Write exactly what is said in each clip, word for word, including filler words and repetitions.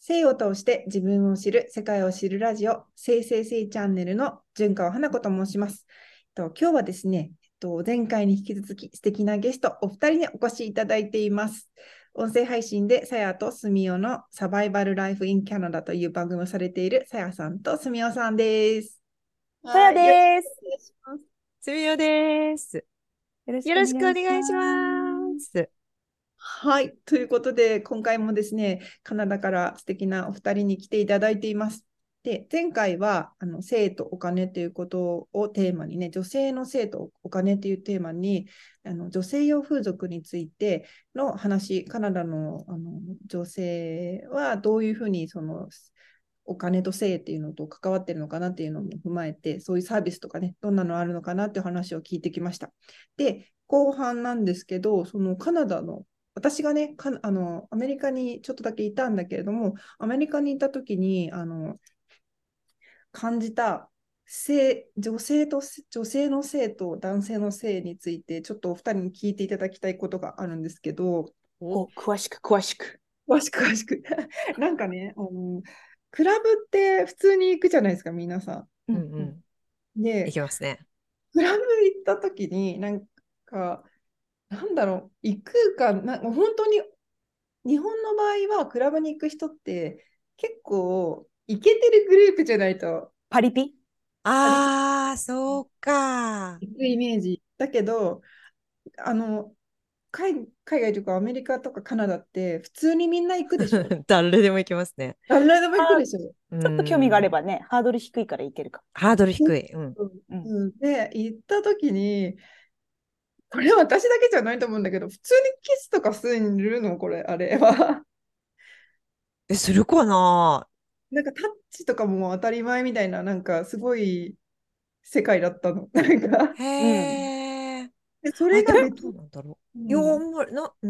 性を通して自分を知る、世界を知るラジオ、性性性チャンネルの純川花子と申します。と今日はですね、と前回に引き続き素敵なゲストお二人にお越しいただいています。音声配信でさやとすみおのサバイバルライフインキャナダという番組をされているさやさんとすみおさんです。 さやはい、よろしくです。 お願いします。 すみおです。 よろしよろしくおくお願いし願いしまます。 す。 はい。ということで、今回もですね、カナダから素敵なお二人に来ていただいています。で、前回は、あの、性とお金ということをテーマにね、女性の性とお金というテーマに、あの、女性用風俗についての話、カナダの、あの女性はどういうふうに、その、お金と性っていうのと関わってるのかなっていうのも踏まえて、そういうサービスとかね、どんなのあるのかなっていう話を聞いてきました。で、後半なんですけど、そのカナダの私がね、かあのアメリカにちょっとだけいたんだけれども、アメリカにいたときにあの感じた性女性と女性の性と男性の性について、ちょっとお二人に聞いていただきたいことがあるんですけど、 お、 お、 お詳しく詳しく。 詳しく詳しく。なんかね、あの、クラブって普通に行くじゃないですか、皆さうんうん。 ん。いで、 きますね。 クラブ行ったときに、なんか、なんだろう、行くかな、本当に日本の場合はクラブに行く人って結構イケてるグループじゃないとパリピ。 あれああ、そうか。 行くイメージだけど、あの海、海外とかアメリカとかカナダって普通にみんな行くでしょ。 誰でも行きますね。 誰でも行くあ、 でしょ。 うちょっと興味があれん。 ばね、ハードル低いからいけるかハードル低い。うん。 うんも。うん。 うん、で、行った時に、これは私だけじゃないと思うんだけど、普通にキスとかするのこれ、あれは。 え、するかな。 なんかタッチとかも当たり前みたいな、なんかすごい世界だったの。なんか、 へうん。 え。 で、そあ、でもれが別、 どうなんだろう。いや、あうん、 んまりな、うん。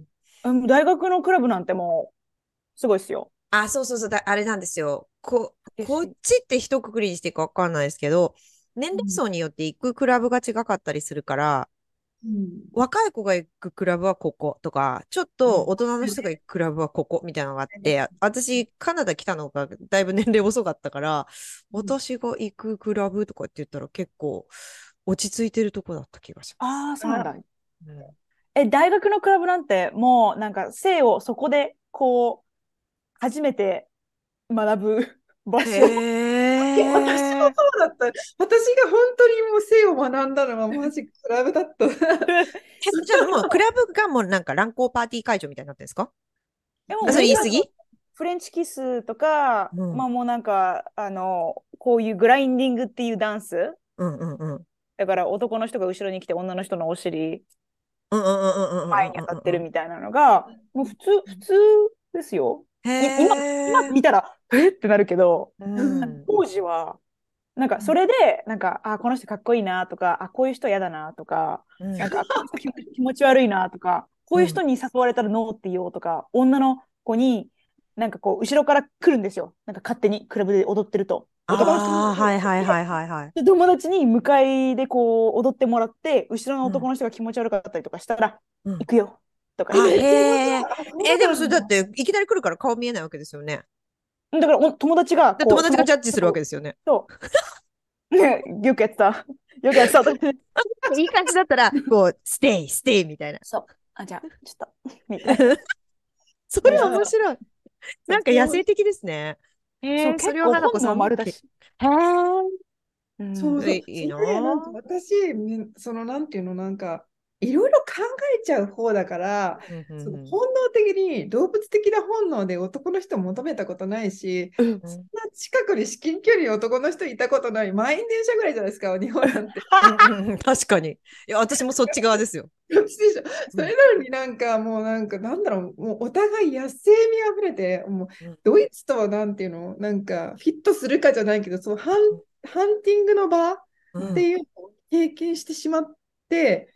あの大学のクラブなんてもう、すごいですよ。 あ、そうそうそう、だ、あれなんですよ。こ、こっ激しい。 ちって一括りにしていいかわかんないですけど、年齢うん、 層によって行くクラブが違かったりするから、 うん、 若い子が行くクラブはこことか、ちょっうん。 と大人の人が行くクラブはここみたいなのがあって、私、カナダ来たのがだいぶ年齢遅かったから、私が行くクラブとかって言ったら結構落ち着いてるとこだった気がします。 ああ、そうなんあ、 だ。 うん、 え、大学のクラブなんてもうなんか性をそこでこう、初めて学ぶ場へ所。 いや、私もえ。 そうだった。私が本当にもう性を学んだのはマジクラブだった。 え、じゃあもうクラブがもうなんか乱交パーティー会場みたいになってるんですか？あ、そでもなんか、 れ言い過ぎ？ フレンチキスとか、 うん。 まあもうなんか、あの、こういうグラインディングっていうダンス。 うんうんうん。 だから男の人が後ろに来て女の人のお尻うんうんうんうんうん前に当たってるうんうんうん。 みたいなのが、もう普通、普通ですよ。 へい今、今え。 見たら、えってなるけど、 ううん、 ん。 当時は、なんかそれで、なんか、あ、この人かっこいいなとか、あ、こういう人嫌だなとか、 うん。 なんか、あこの人気持気持ち悪いなとか、こういう人うん。 に誘われたらノーって言おうとか、女の子に、なんかこう、後ろから来るんですよ。なんか勝手にクラブで踊ってると。男の人ああ、はいはいはいはいはい。 で友達に迎えでこう踊ってもらって、後ろのうん。 男の人が気持ち悪かったりとかしたら、 うん。 行くよとか言っあ、 え、 て。 そんな、 へえ。 あ、そうえ、でもなんだ。 それだっていきなり来るから顔見えないわけですよね。 だからお友達がで、友こう、その達がジャッジするわけ人ですよね。 と、ね、よくやってた。よくやってたとか。 いい感じだったら、こう、ステイ、ステイみたいな。 そう。あ、じゃあ、ちょっと、みたいな。 それで、その、 面白い。 そう、 なんか野生的ですね。 そう、 えー、そ結れを花子構本さんもき、へ能丸だし。うそうん。 そう。 え、いいそれで、なんかな私、めその、なんていうの、なんか、いろいろ考えちゃう方だから、 ぁ。うんうんそのうん。 本能的に、動物的な本能で男の人を求めたことないし、 うん。 そんな近くに至近距離に男の人いたことない、満員電車ぐらいじゃないですか、日本なんて。 うんうんうん、確かに。いや、私もそっち側ですよ。 こっちでしょ。それうん。 なのになんかもうなんかなんだろう、もうお互い野生味あふれて、もううん。 ドイツとはなんていうの、なんかフィットするかじゃないけど、そうハン、ハンティングの場っうん。 ていうのを経験してしまって、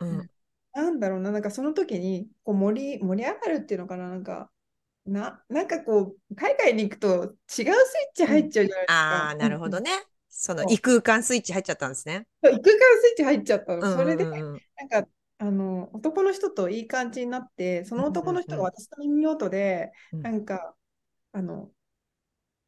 うん。 なんだろうな、なんかその時にこう盛り、盛り上がるっていうのかな、なんか、な、なんかこう、海外に行くと違うスイッチうん。 入っちゃうじゃないですか。 ああ、なるほどね。その異そう空間スイッチ入っちゃったんですね。 そう行くからスイッチ入っちゃったの。 うんうそれで、 んうんうん。 なんか、あの、男の人といい感じになって、そうんの男のうんうん。 人が私の耳元で、 うんなんか、あの、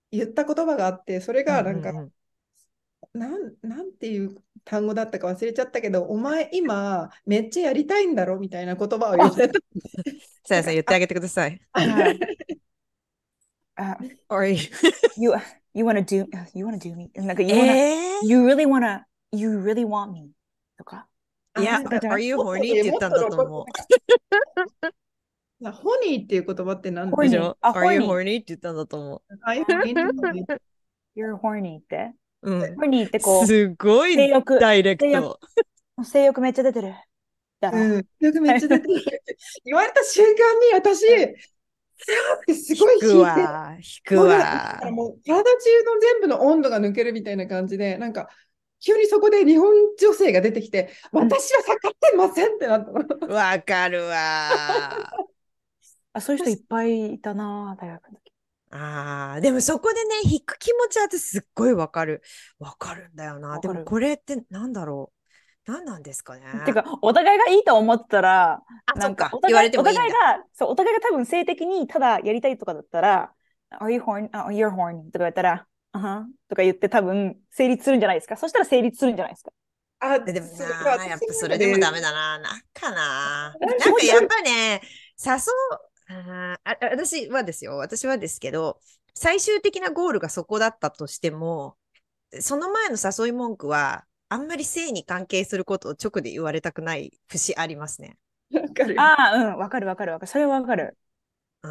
言った言葉があって、それうんがなんか、 うんうん。 なん、なんていう単語だったか忘れちゃったけど、お前今めっちゃやりたいんだろみたいな言葉を言われた。 さやさんなんか、あ、 言ってあげてください。 あはい。あ、 Or you- you, you wanna do, you wanna do me? なんか、you wanna, えー you really wanna, you really want me? とか。 いや、 なんか、 とかじゃな Are い？ you もっと horny? ってね、もっ言ったんだと露骨と思う。 な、ホニーっていう言葉って何だ。 でしょ？ horny。あ、 Are you horny。 horny? って言ったんだと思 I'm into it. You're horny って。 う。うん。 horny ってこすごう、性い欲、 ダイレク性欲、 ト。 性欲めっちゃ出てる。だろ。 うん。よくめっちゃ出てるって言われた瞬間に私、ってすごい引く引いて、 わ、引くもうな、だかわ。 らもう体中の全部の温度が抜けるみたいな感じで、なんか急にそこで日本女性が出てきて、 うん私は逆ってませんってなったの。 わかるわ。 あ、そういう人いっぱいいたな、大学の時。 ああ、でもそこでね、引く気持ちは私すっごいわかる。わかるんだよな。でもわかる。 これってなんだろう。なんなんですかね。 てか、お互いがいいと思ってたら、 あ、 なんか、 そっか。言わお互い、おれてもいいんだ。 互いが、そう、お互いが多分性的にただやりたいとかだったら、Are you horny? あ You're horny とか言ったら、あはとか言って多分成立するんじゃないですか。そしたら成立するんじゃないですか。 あ、 ででもそう、 なあ、やっ私のぱそれでも中で、 ダメだな。なんかな。 気なんかやっ持ち悪い。 ぱね、誘う、あーあ、あ私はですよ。私はですけど、最終的なゴールがそこだったとしても、その前の誘い文句は、あんまり性に関係することを直で言われたくない節ありますね。 わかる。 ああ、うん、わかるわかるわかる。それはわかる。 うん。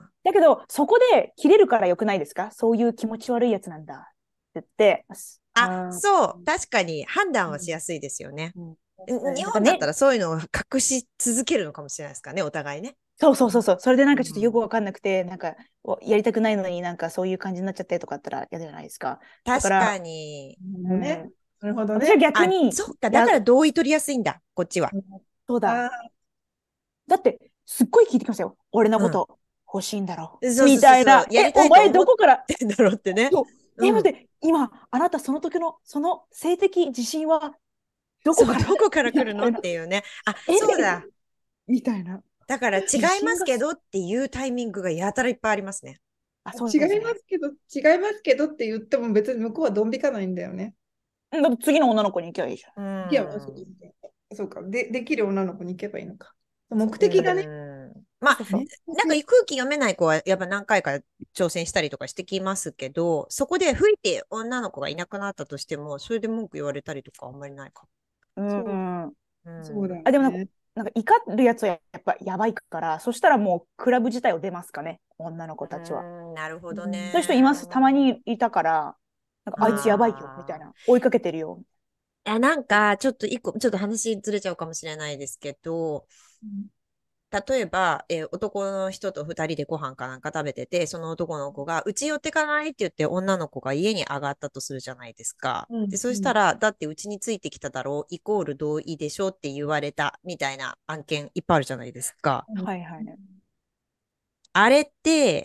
だけど、そこで切れるからよくないですか？そういう気持ち悪いやつなんだって言って、 あ、 あそう。確かに判断はしうんやすいですよね。 うん日なんかね、 本だったらそういうのを隠し続けるのかもしれないですかね、お互いね。 そうそうそうそう。それでなんかちょっとよくうん、 わかんなくて、なんかおやりたくないのになんかそういう感じになっちゃってとかあったら嫌じゃないですか。だか確から、 に。 うね。 ん、 なるほど私はね。 逆あ、 に、 そっか。だや、 から同意取りやすいんだ、こっちは。 そうだ。 あだって、すっごい聞いてきますよ。俺のうん。 こと欲しいんだろう。 そうそうそうそう。 みたいな。え、 やりたお前いと思っどこから、 てんだろうってね。 そう。え、 うん。 待って、今、あなたその時の、その性的自信はどこそう、 からどこから来るのっみたいな。 ていうね。あ、 え、 そうだ。 みたいな。 だから違自いま信がす、 すけどっていうタイミングがやたらいっぱいありますね。 あ、 あ、 そう違いですね。 ますけど、違いますけどって言っても別に向こうはドン引かないんだよね。 うんだって次の女の子に行けばいいじゃん。 ういや、そうん。 そうか。で、できる女の子に行けばいいのか。目そう。 う的がね、 ん。まあ、 そうそう。 ね。 なんか空気読めない子はやっぱ何回か挑戦したりとかしてきますけど、そこで吹いて女の子がいなくなったとしても、それで文句言われたりとかあんまりないかうそう、 ん。 も。うそうだん。 あ、でもなんか、 ね。 なんか怒るやつはやっぱやばいから、そしたらもうクラブ自体を出ますかね、女の子たちは。 うん、なるほどうんそういう人いまね。 す。たまにいたから、なんかあいつやばいよ、みたいああ。 な。追いかけてるよ。 いや、なんか、ちょっと一個、ちょっと話ずれちゃうかもしれないですけど、 うん例えば、えー男の人と二人でご飯かなんか食べてて、その男の子が、うち寄ってかないって言って女の子が家に上がったとするじゃないですか。で、 うんうんそしたら、だってうちについてきただろう、イコール同意でしょって言われたみたいな案件いっぱいあるじゃないですか。 はいはい。 あれって、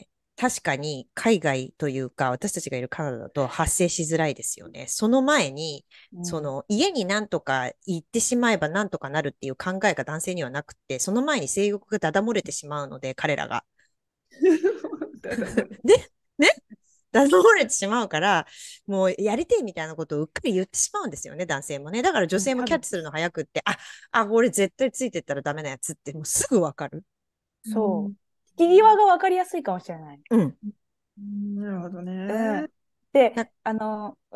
確かに海外というか、私たちがいるカナダだと発生しづらいですよね。その前に、 うん、 その家になんとか行ってしまえばなんとかなるっていう考えが男性にはなくて、その前に性欲がだだ漏れてしまうので、彼らが。 だだ漏れで、ね、だだ漏れてしまうから、もうやりてえみたいなことをうっかり言ってしまうんですよね、男性もね。だから女性も多分、 キャッチするの早くって、あ、あ、俺絶対ついてったらダメなやつってもうすぐわかる。 そう。引き際が分かりやすいかもしれない。 うん。 うんなるほどうん。 ね。 で、あの、うん。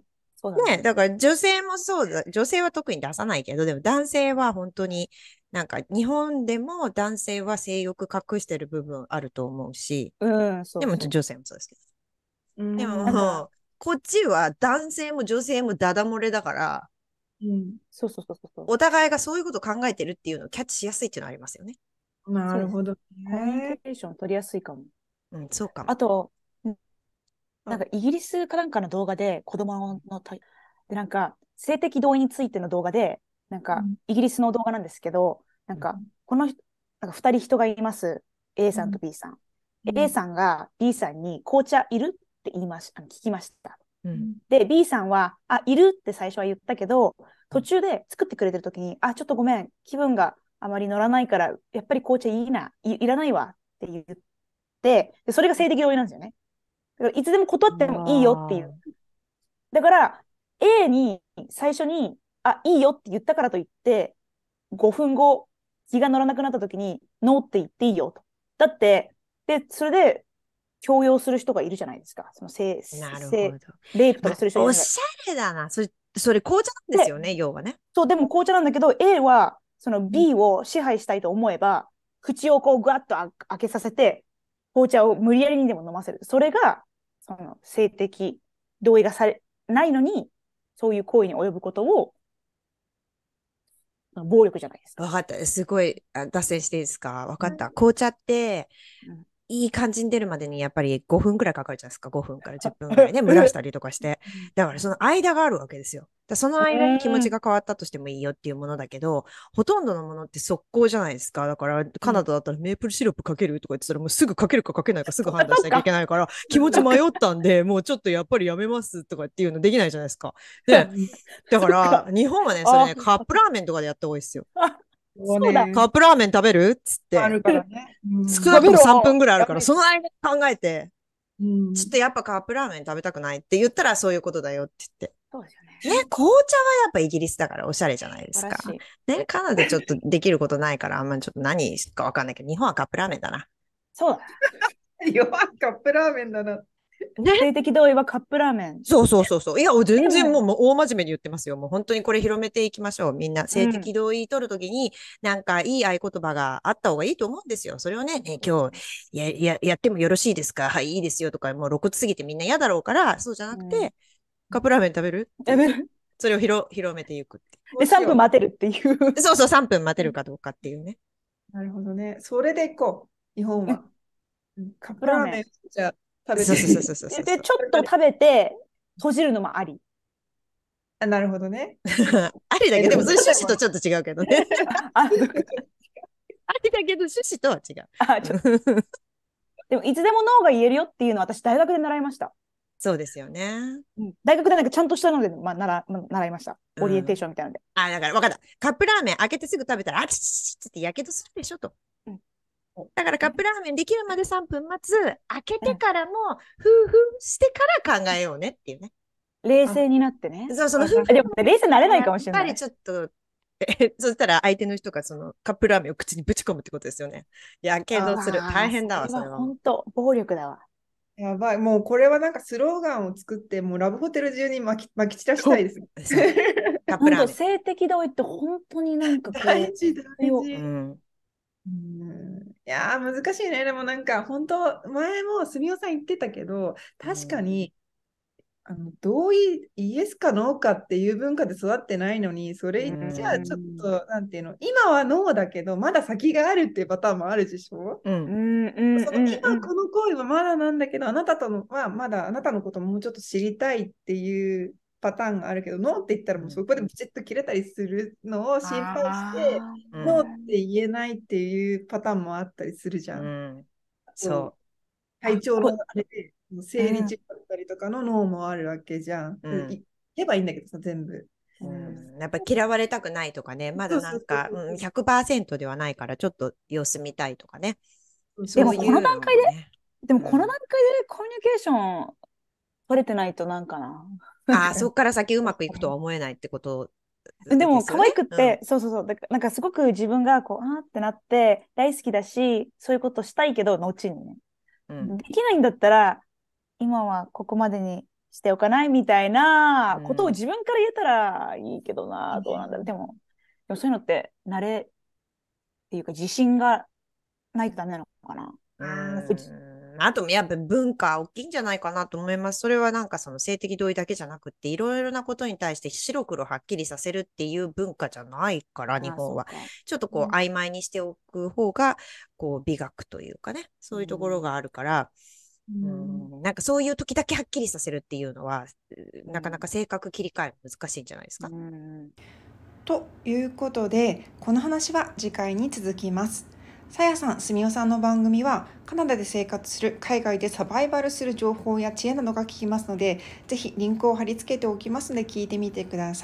そうだね、 ね。 だから女性もそうだ、女性は特に出さないけど、でも男性は本当になんか日本でも男性は性欲隠してる部分あると思うし、 うん、そでうそう。 も女性もそうですけど。でなんか、 も、こっちは男性も女性もダダ漏れだから、 うんそうそうそうそう。 お互いがそういうことを考えてるっていうのをキャッチしやすいっていうのはありますよね。 うんなそうです。 るほどコミュニね。 ケーション取りやすいかも。 うん、そうかも。 あと、なんあ、 かイギリスかなんかの動画で子供のたでなんか性的同意についての動画でなんかうんイギリスの動画なんですけどなんかこの人なんかふたり人がいます A さんとうん B さん、 う A んさんが B さんに紅茶いるって言いましあの聞きましたうんうんで B さんはあいるって最初は言ったけど途中で作ってくれてる時にあちょっとごめん気分があまり乗らないからやっぱり紅茶いいない、いらないわって言ってでそれが性的同意なんですよねだからいつでも断ってもいいよっていう。 あだから A に最初に、あ、いいよって言ったからといって、ごふんご、気が乗らなくなった時に、ノーって言っていいよと。だって、で、それで強要する人がいるじゃないですか。その性、 ー、なるほ性、 ど。 レイプとまあ、 かする人いるじゃない。 おしゃれだな。それ、それ紅茶なんですよね、要はね。 そう、でも紅茶なんだけど、A はそのうん B を支配したいと思えば、口をこうガッとあ開けさせて、紅茶を無理やりにでも飲ませる。それが、その性的同意がされないのに、そういう行為に及ぶことを、暴力じゃないですか。 わかった。すごい、あ脱線していいですか？わかうんった。紅茶って、 うんいい感じに出るまでにやっぱりごふんくらいかかるじゃないですか。ごふんからじゅっぷんぐらいね、蒸らしたりとかして。だからその間があるわけですよ。だその間に気持ちが変わったとしてもいいよっていうものだけど、ほとんどのものって速攻じゃないですか。だからカナダだったらメープルシロップかけるとか言ってたらもうすぐかけるかかけないかすぐ判断しなきゃいけないから気持ち迷ったんで、もうちょっとやっぱりやめますとかっていうのできないじゃないですか。で、だから日本はね、それね、カップラーメンとかでやった方がいいですよ。 あ、 そうそうだ。 ね。 カップラーメン食べるっつってある、からね。うん少なくともさんぷんぐらいあるから、 食その間に考えて、 うんちょっとやっぱカップラーメン食べたくないって言ったらそういうことだよって言って。 そうですよね。 ね、紅茶はやっぱイギリスだからおしゃれじゃないですか。 素晴らしい。 ね、カナダでちょっとできることないから、あんまりちょっと何かわかんないけど、日本はカップラーメンだな。 そうだ。 弱いカップラーメンだな。 ね。 性的同意はカップラーメン。 そうそうそうそう。いや、全然でももうもう大真面目に言ってますよ。もう本当にこれ広めていきましょう。みんな性的同意取るときに、なんかいい合言葉があった方がいいと思うんですよ。それをね、ね今日や、や、やってもよろしいですか？はい、いいですよとか、もう露骨すぎてみんな嫌だろうから、そうじゃなくて、 うんカップラーメン食べるっていうやめる。 それを広広めていくっていで、さんぷん待てるっていう。 う。そうそう、さんぷん待てるかどうかっていうね。 なるほどね。それでいこう。日本は。うんカップラーメンラーメンじゃ食べそうそうて。 そうそうそうで、でちょっと食べて、閉じるのもあり。 あ、なるほどね。 ありだけど、でもそれ趣旨とちょっと違うけどね。 あ、そうかありだけど、趣旨とは違う。 あちょでも、いつでもノーが言えるよっていうのは私、大学で習いました。 そうですよね。 大学でなんかちゃんとしたので、まあ、習ま習いました。オリエンテーションみたいなので。 あ、だから分かった。カップラーメン開けてすぐ食べたら、あちちちちってやけどするでしょと。 うんだからカップラーメンできるまでさんぷん待つ。開けてからも、ふうふうしてから考えようねっていうね。 冷静になってね。 そう、そのあふうふうあでも、ね、冷静になれないかもしれない。 やっぱりちょっと、えそしたら相手の人がそのカップラーメンを口にぶち込むってことですよね。やけどする。 あー大変だわ、そそれれは。 は本当、暴力だわ。 やばい。もうこれはなんかスローガンを作って、もうラブホテル中に巻き巻き散らしたいです。 そうカップ本当、 ラーメン。 性的同意って本当になんかこう、 大事、大必要事。 うん。 うんいやー、難しいね。でもなんか本当、前も住代さん言ってたけど、確かに、あの同意、イエスかノーかっていう文化で育ってないのに、それうんじゃあちょっと、なんていうの、今はノーだけど、まだ先があるっていうパターンもあるでしょ。 う。 うんんうんそのうん今この行為はまだなんだけど、あなたとのはまだあなたのこともうちょっと知りたいっていうパターンがあるけど、ノーって言ったらもうそこでブチッと切れたりするのを心配して、 うんノーって言えないっていうパターンもあったりするじゃ。 うんん。そ体調のあれで、生理うん中だったりとかの脳もあるわけじゃん。 うんい言えばいいんだけどさ、全部。 う。 ううんん、やっぱ嫌われたくないとかね、まだなんかそうそうそうそううんひゃくパーセントではないからちょっと様子見たいとかね。 でもそういうこの段階でのもねでもこの段階でコミュニケーション取れてないとなんかな。 ああ、そこから先うまくいくとは思えないってことでもすよね可愛くって、そうそうそう、だからなんかすごく自分がこう、あーってなって大好きだし、そういうことしたいけど、後にね。 うんうんできないんだったら、今はここまでにしておかないみたいなことを自分から言えたらいいけどな、どうなんだろう。でも、でもそういうのって慣れっていうか自信がないとダメなのかな。 うんあと、やっぱ文化大きいんじゃないかなと思います。それはなんかその性的同意だけじゃなくて、いろいろなことに対して白黒はっきりさせるっていう文化じゃないから、日本は。 あそうかちょっとこう曖昧にしておく方が、こう美学というかね、そういうところがあるから、 うんうんなんかそういう時だけはっきりさせるっていうのは、なかなか性格切り替え難しいんじゃないですか。 うんということで、この話は次回に続きます。さやさん、すみおさんの番組は、カナダで生活する、海外でサバイバルする情報や知恵などが聞きますので、ぜひリンクを貼り付けておきますので聞いてみてください。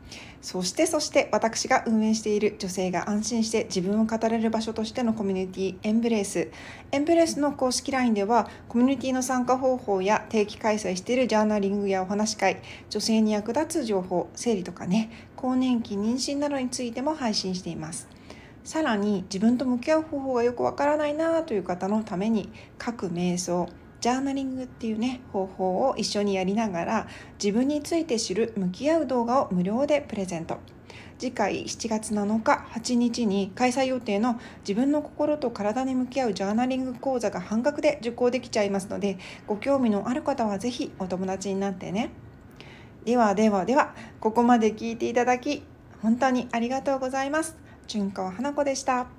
そしてそして私が運営している女性が安心して自分を語れる場所としてのコミュニティエンブレース。エンブレースの公式 ライン ではコミュニティの参加方法や定期開催しているジャーナリングやお話し会、女性に役立つ情報、生理とかね、更年期、妊娠などについても配信しています。さらに自分と向き合う方法がよくわからないなという方のために書く瞑想、ジャーナリングっていうね方法を一緒にやりながら自分について知る向き合う動画を無料でプレゼント。次回しちがつなのかはちにちに開催予定の自分の心と体に向き合うジャーナリング講座が半額で受講できちゃいますので、ご興味のある方はぜひお友達になってね。ではではでは、ここまで聞いていただき本当にありがとうございます。純川花子でした。